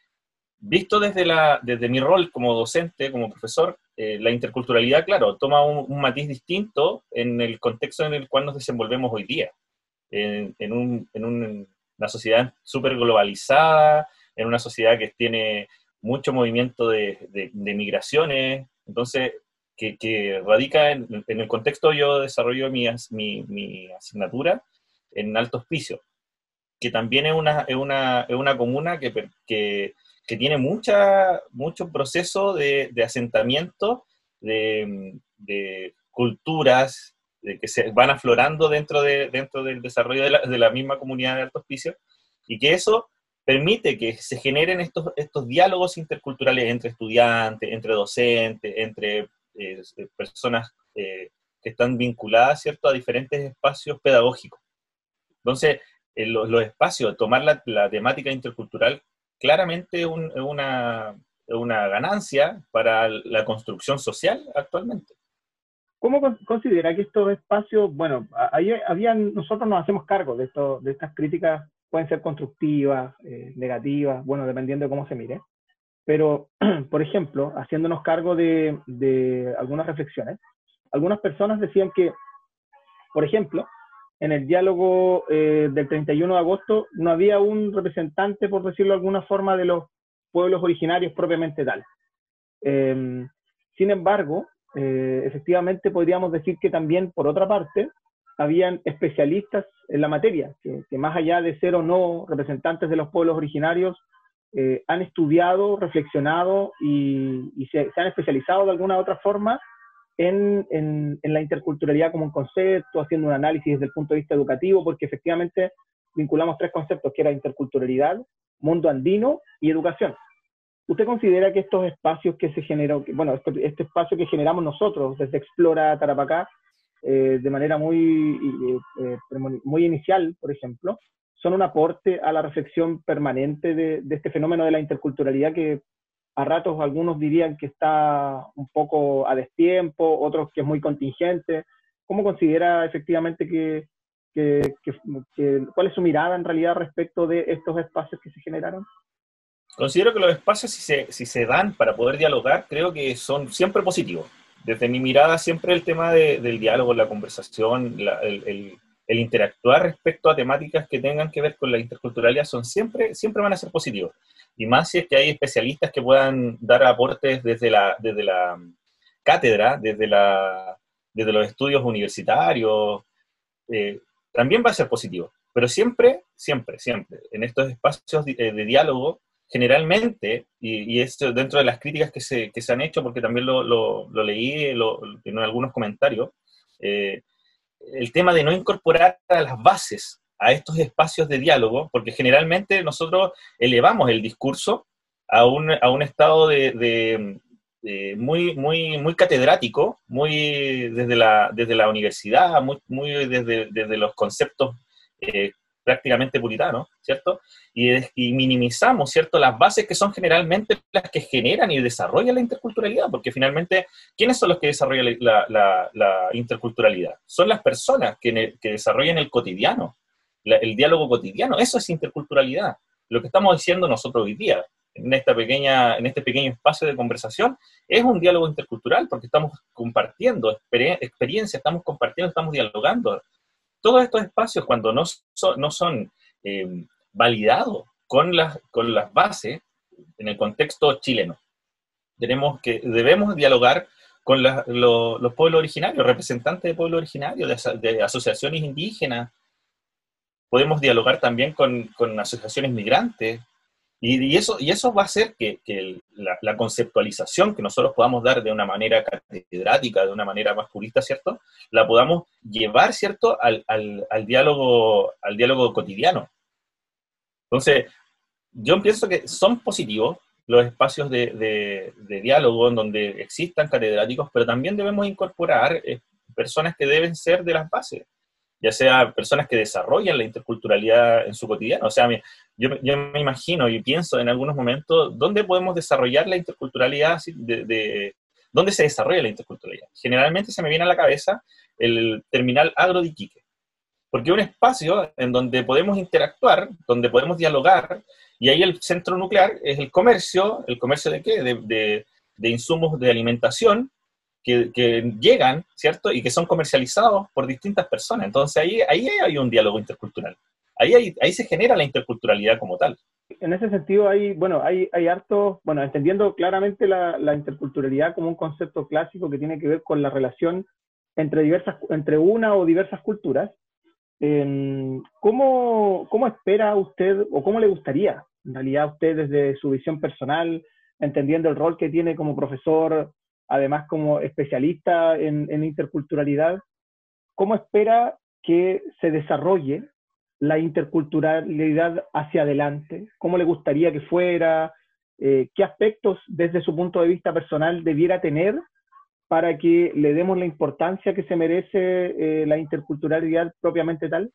Visto desde, la, desde mi rol como docente, como profesor, eh, la interculturalidad, claro, toma un, un matiz distinto en el contexto en el cual nos desenvolvemos hoy día. En, en, un, en un, una sociedad súper globalizada, en una sociedad que tiene mucho movimiento de, de, de migraciones, entonces, que, que radica en, en el contexto. Yo desarrollo mi, mi, mi asignatura en Alto Hospicio, que también es una, es una, es una comuna que, que, que tiene mucha, mucho proceso de, de asentamiento, de, de culturas de que se van aflorando dentro, de, dentro del desarrollo de la, de la misma comunidad de Alto Hospicio, y que eso permite que se generen estos, estos diálogos interculturales entre estudiantes, entre docentes, entre eh, personas eh, que están vinculadas, ¿cierto?, a diferentes espacios pedagógicos. Entonces, en los, los espacios, tomar la, la temática intercultural, claramente es un, una, una ganancia para la construcción social actualmente. ¿Cómo considera que estos espacios, bueno, ahí habían, nosotros nos hacemos cargo de, esto, de estas críticas, pueden ser constructivas, eh, negativas, bueno, dependiendo de cómo se mire, pero, por ejemplo, haciéndonos cargo de, de algunas reflexiones, algunas personas decían que, por ejemplo, en el diálogo eh, del treinta y uno de agosto no había un representante, por decirlo de alguna forma, de los pueblos originarios propiamente tal. Eh, sin embargo, eh, efectivamente podríamos decir que también, por otra parte, habían especialistas en la materia, que, que más allá de ser o no representantes de los pueblos originarios, eh, han estudiado, reflexionado y, y se, se han especializado de alguna u otra forma en, en, en la interculturalidad como un concepto, haciendo un análisis desde el punto de vista educativo, porque efectivamente vinculamos tres conceptos, que era interculturalidad, mundo andino y educación. ¿Usted considera que estos espacios que se generó, bueno, este, este espacio que generamos nosotros desde Explora Tarapacá, eh, de manera muy, eh, muy inicial, por ejemplo, son un aporte a la reflexión permanente de, de este fenómeno de la interculturalidad que a ratos algunos dirían que está un poco a destiempo, otros que es muy contingente? ¿Cómo considera efectivamente que, que, que, que cuál es su mirada en realidad respecto de estos espacios que se generaron? Considero que los espacios, si se, si se dan para poder dialogar, creo que son siempre positivos. Desde mi mirada, siempre el tema de, del diálogo, la conversación, la, el, el, el interactuar respecto a temáticas que tengan que ver con la interculturalidad, son siempre, siempre van a ser positivos. Y más si es que hay especialistas que puedan dar aportes desde la, desde la cátedra, desde, la, desde los estudios universitarios, eh, también va a ser positivo. Pero siempre, siempre, siempre, en estos espacios de, de diálogo, generalmente, y, y esto dentro de las críticas que se, que se han hecho, porque también lo, lo, lo leí lo, en algunos comentarios, eh, el tema de no incorporar a las bases a estos espacios de diálogo, porque generalmente nosotros elevamos el discurso a un, a un estado de, de, de muy, muy, muy catedrático, muy desde la, desde la universidad, muy, muy desde, desde los conceptos eh, prácticamente puritanos, ¿cierto? Y, y minimizamos, ¿cierto?, las bases que son generalmente las que generan y desarrollan la interculturalidad, porque finalmente, ¿quiénes son los que desarrollan la, la, la interculturalidad? Son las personas que, que desarrollan el cotidiano, la, el diálogo cotidiano. Eso es interculturalidad. Lo que estamos diciendo nosotros hoy día, en, esta pequeña, en este pequeño espacio de conversación, es un diálogo intercultural, porque estamos compartiendo exper experiencias, estamos compartiendo, estamos dialogando. Todos estos espacios, cuando no son, no son eh, validados con las, con las bases en el contexto chileno, tenemos que, debemos dialogar con la, lo, los pueblos originarios, representantes de pueblos originarios, de, de asociaciones indígenas. Podemos dialogar también con, con asociaciones migrantes, y, y, eso, y eso va a hacer que, que la, la conceptualización que nosotros podamos dar de una manera catedrática, de una manera más purista, ¿cierto?, la podamos llevar, ¿cierto?, al, al, al, diálogo, al diálogo cotidiano. Entonces, yo pienso que son positivos los espacios de, de, de diálogo en donde existan catedráticos, pero también debemos incorporar eh, personas que deben ser de las bases, ya sea personas que desarrollan la interculturalidad en su cotidiano. O sea, yo, yo me imagino y pienso en algunos momentos dónde podemos desarrollar la interculturalidad, de, de, dónde se desarrolla la interculturalidad. Generalmente se me viene a la cabeza el terminal agro de Iquique, porque es un espacio en donde podemos interactuar, donde podemos dialogar, y ahí el centro nuclear es el comercio. ¿El comercio de qué? De, de, de insumos de alimentación, Que, que llegan, ¿cierto?, y que son comercializados por distintas personas. Entonces ahí, ahí hay un diálogo intercultural. Ahí, hay, ahí se genera la interculturalidad como tal. En ese sentido hay, bueno, hay, hay harto, bueno, entendiendo claramente la, la interculturalidad como un concepto clásico que tiene que ver con la relación entre, diversas, entre una o diversas culturas, eh, ¿cómo, ¿cómo espera usted, o cómo le gustaría, en realidad, a usted desde su visión personal, entendiendo el rol que tiene como profesor, además como especialista en, en interculturalidad, cómo espera que se desarrolle la interculturalidad hacia adelante? ¿Cómo le gustaría que fuera? Eh, ¿Qué aspectos desde su punto de vista personal debiera tener para que le demos la importancia que se merece eh, la interculturalidad propiamente tal?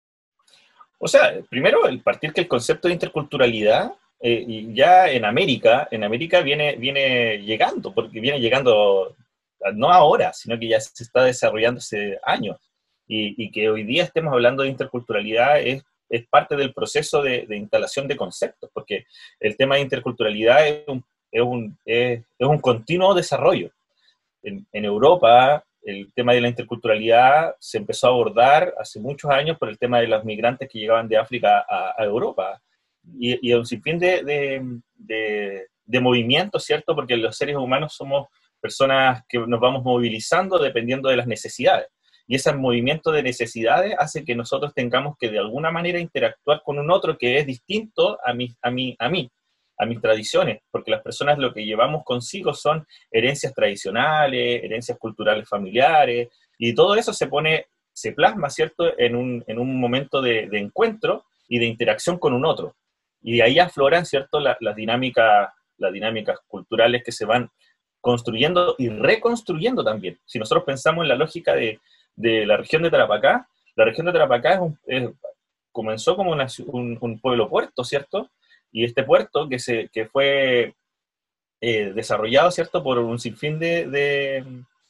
O sea, primero, el partir que el concepto de interculturalidad Eh, y ya en América, en América viene, viene llegando, porque viene llegando no ahora, sino que ya se está desarrollando hace años, y, y que hoy día estemos hablando de interculturalidad es, es parte del proceso de, de instalación de conceptos, porque el tema de interculturalidad es un, es un, es, es un continuo desarrollo. En, en Europa, el tema de la interculturalidad se empezó a abordar hace muchos años por el tema de los migrantes que llegaban de África a, a Europa, y, y un sinfín de, de, de, de movimientos, ¿cierto? Porque los seres humanos somos personas que nos vamos movilizando dependiendo de las necesidades, y ese movimiento de necesidades hace que nosotros tengamos que de alguna manera interactuar con un otro que es distinto a mí, a mí, a mí, a mis tradiciones, porque las personas lo que llevamos consigo son herencias tradicionales, herencias culturales familiares, y todo eso se pone, se plasma, ¿cierto?, en un, en un momento de, de encuentro y de interacción con un otro. Y de ahí afloran, ¿cierto?, la, las dinámicas, las dinámicas culturales que se van construyendo y reconstruyendo también. Si nosotros pensamos en la lógica de, de la región de Tarapacá, la región de Tarapacá es un, es, comenzó como una, un, un pueblo puerto, ¿cierto? Y este puerto que, se, que fue eh, desarrollado, ¿cierto?, por un sinfín de, de,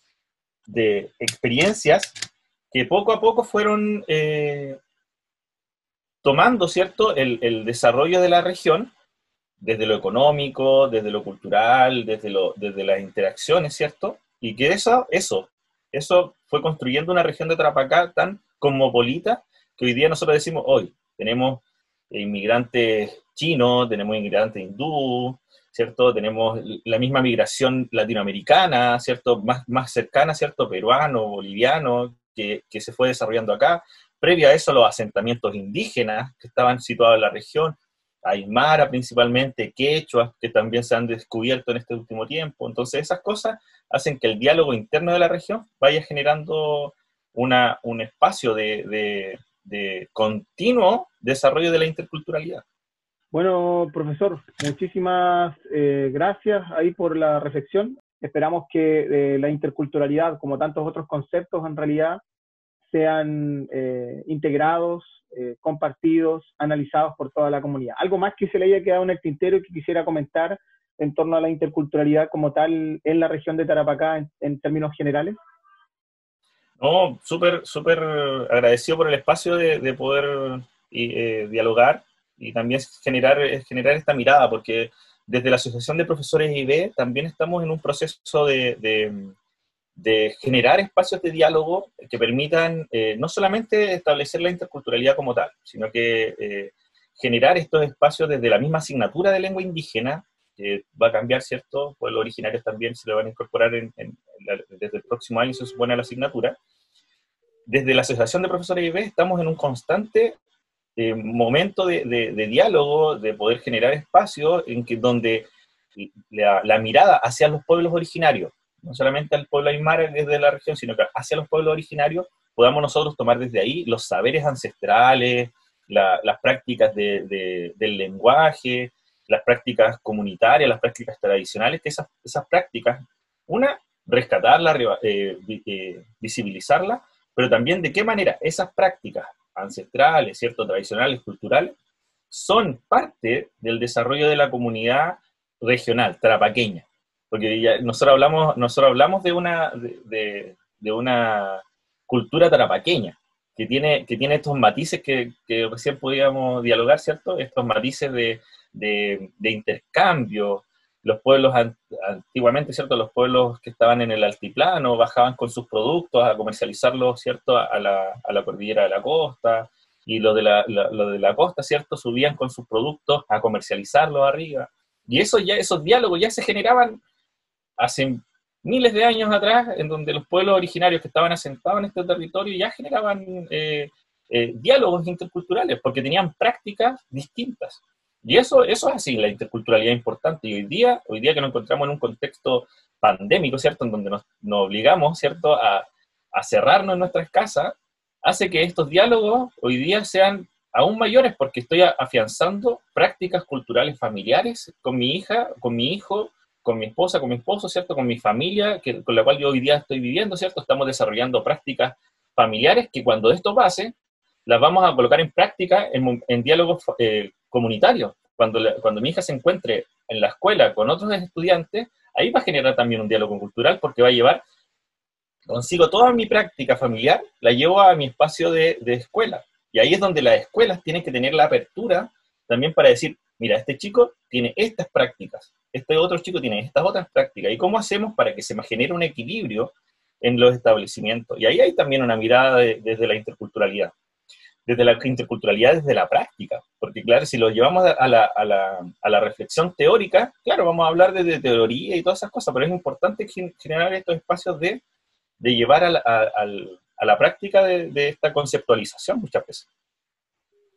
de experiencias que poco a poco fueron eh, tomando, ¿cierto?, el, el desarrollo de la región, desde lo económico, desde lo cultural, desde, lo, desde las interacciones, ¿cierto? Y que eso, eso, eso fue construyendo una región de Tarapacá tan cosmopolita que hoy día nosotros decimos, hoy tenemos inmigrantes chinos, tenemos inmigrantes hindú, ¿cierto? Tenemos la misma migración latinoamericana, ¿cierto? Más, más cercana, ¿cierto? Peruano, boliviano, que, que se fue desarrollando acá. Previo a eso, los asentamientos indígenas que estaban situados en la región, aymara principalmente, quechua, que también se han descubierto en este último tiempo. Entonces esas cosas hacen que el diálogo interno de la región vaya generando una, un espacio de, de, de continuo desarrollo de la interculturalidad. Bueno, profesor, muchísimas eh, gracias ahí por la reflexión. Esperamos que eh, la interculturalidad, como tantos otros conceptos, en realidad sean eh, integrados, eh, compartidos, analizados por toda la comunidad. ¿Algo más que se le haya quedado en el tintero y que quisiera comentar en torno a la interculturalidad como tal en la región de Tarapacá en, en términos generales? No, súper, súper agradecido por el espacio de, de poder eh, dialogar y también generar, generar esta mirada, porque desde la Asociación de Profesores I B también estamos en un proceso de, de, de generar espacios de diálogo que permitan eh, no solamente establecer la interculturalidad como tal, sino que eh, generar estos espacios desde la misma asignatura de lengua indígena, que va a cambiar, ¿cierto? Pueblos originarios también se le van a incorporar en, en, en la, desde el próximo año, se supone, a la asignatura. Desde la Asociación de Profesores I B estamos en un constante eh, momento de, de, de diálogo, de poder generar espacios en que, donde la, la mirada hacia los pueblos originarios, no solamente al pueblo aymara desde la región, sino que hacia los pueblos originarios, podamos nosotros tomar desde ahí los saberes ancestrales, la, las prácticas de, de, del lenguaje, las prácticas comunitarias, las prácticas tradicionales, que esas, esas prácticas, una, rescatarlas, eh, eh, visibilizarlas, pero también de qué manera esas prácticas ancestrales, ¿cierto?, tradicionales, culturales, son parte del desarrollo de la comunidad regional, tarapaqueña. Porque ya nosotros hablamos, nosotros hablamos de, una, de, de, de una cultura tarapaqueña, que tiene, que tiene estos matices que, que recién podíamos dialogar, ¿cierto? Estos matices de, de, de intercambio. Los pueblos, antiguamente, ¿cierto?, los pueblos que estaban en el altiplano bajaban con sus productos a comercializarlos, ¿cierto?, a la, a la cordillera de la costa, y los de la, la, lo de la costa, ¿cierto?, subían con sus productos a comercializarlos arriba. Y eso ya, esos diálogos ya se generaban hace miles de años atrás, en donde los pueblos originarios que estaban asentados en este territorio ya generaban eh, eh, diálogos interculturales, porque tenían prácticas distintas. Y eso, eso es así, la interculturalidad es importante. Y hoy día, hoy día que nos encontramos en un contexto pandémico, ¿cierto?, en donde nos, nos obligamos, ¿cierto?, a, a cerrarnos en nuestras casas, hace que estos diálogos hoy día sean aún mayores, porque estoy afianzando prácticas culturales familiares con mi hija, con mi hijo, con mi esposa, con mi esposo, ¿cierto?, con mi familia, que, con la cual yo hoy día estoy viviendo, ¿cierto? Estamos desarrollando prácticas familiares que cuando esto pase, las vamos a colocar en práctica en, en diálogos eh, comunitarios. Cuando, la, cuando mi hija se encuentre en la escuela con otros estudiantes, ahí va a generar también un diálogo cultural, porque va a llevar consigo toda mi práctica familiar, la llevo a mi espacio de, de escuela. Y ahí es donde las escuelas tienen que tener la apertura también para decir, mira, este chico tiene estas prácticas, este otro chico tiene estas otras prácticas, ¿y cómo hacemos para que se genere un equilibrio en los establecimientos? Y ahí hay también una mirada de, desde la interculturalidad, desde la interculturalidad desde la práctica, porque claro, si lo llevamos a la, a la, a la reflexión teórica, claro, vamos a hablar de, de teoría y todas esas cosas, pero es importante generar estos espacios de, de llevar a la, a, a, a la práctica de, de esta conceptualización muchas veces.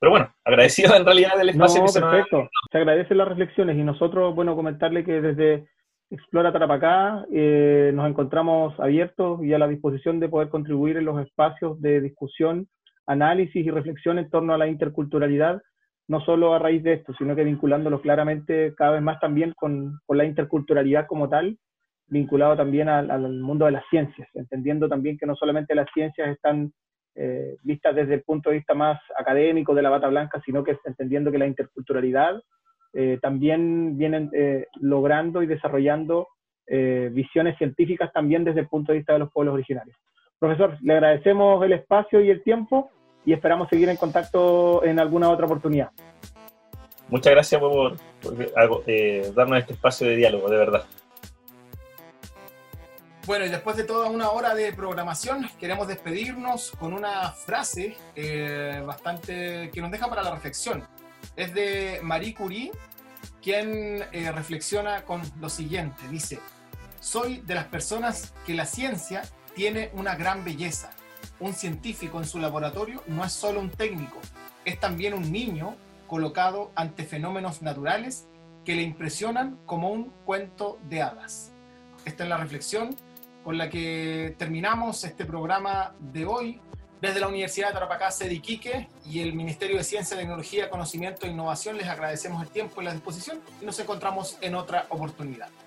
pero bueno, agradecido en realidad del espacio No, que se nos ha- perfecto. Se agradecen las reflexiones y nosotros, bueno, comentarle que desde Explora Tarapacá eh, nos encontramos abiertos y a la disposición de poder contribuir en los espacios de discusión, análisis y reflexión en torno a la interculturalidad, no solo a raíz de esto, sino que vinculándolo claramente cada vez más también con, con la interculturalidad como tal, vinculado también al, al mundo de las ciencias, entendiendo también que no solamente las ciencias están eh, vistas desde el punto de vista más académico de la bata blanca, sino que entendiendo que la interculturalidad eh, también vienen eh, logrando y desarrollando eh, visiones científicas también desde el punto de vista de los pueblos originarios. Profesor, le agradecemos el espacio y el tiempo y esperamos seguir en contacto en alguna otra oportunidad. Muchas gracias por, por, eh, darnos este espacio de diálogo, de verdad. Bueno, y después de toda una hora de programación, queremos despedirnos con una frase eh, bastante que nos deja para la reflexión. Es de Marie Curie, quien eh, reflexiona con lo siguiente. Dice: soy de las personas que la ciencia tiene una gran belleza. Un científico en su laboratorio no es solo un técnico, es también un niño colocado ante fenómenos naturales que le impresionan como un cuento de hadas. Esta es la reflexión con la que terminamos este programa de hoy. Desde la Universidad de Tarapacá, sede Iquique, y el Ministerio de Ciencia, Tecnología, Conocimiento e Innovación, les agradecemos el tiempo y la disposición y nos encontramos en otra oportunidad.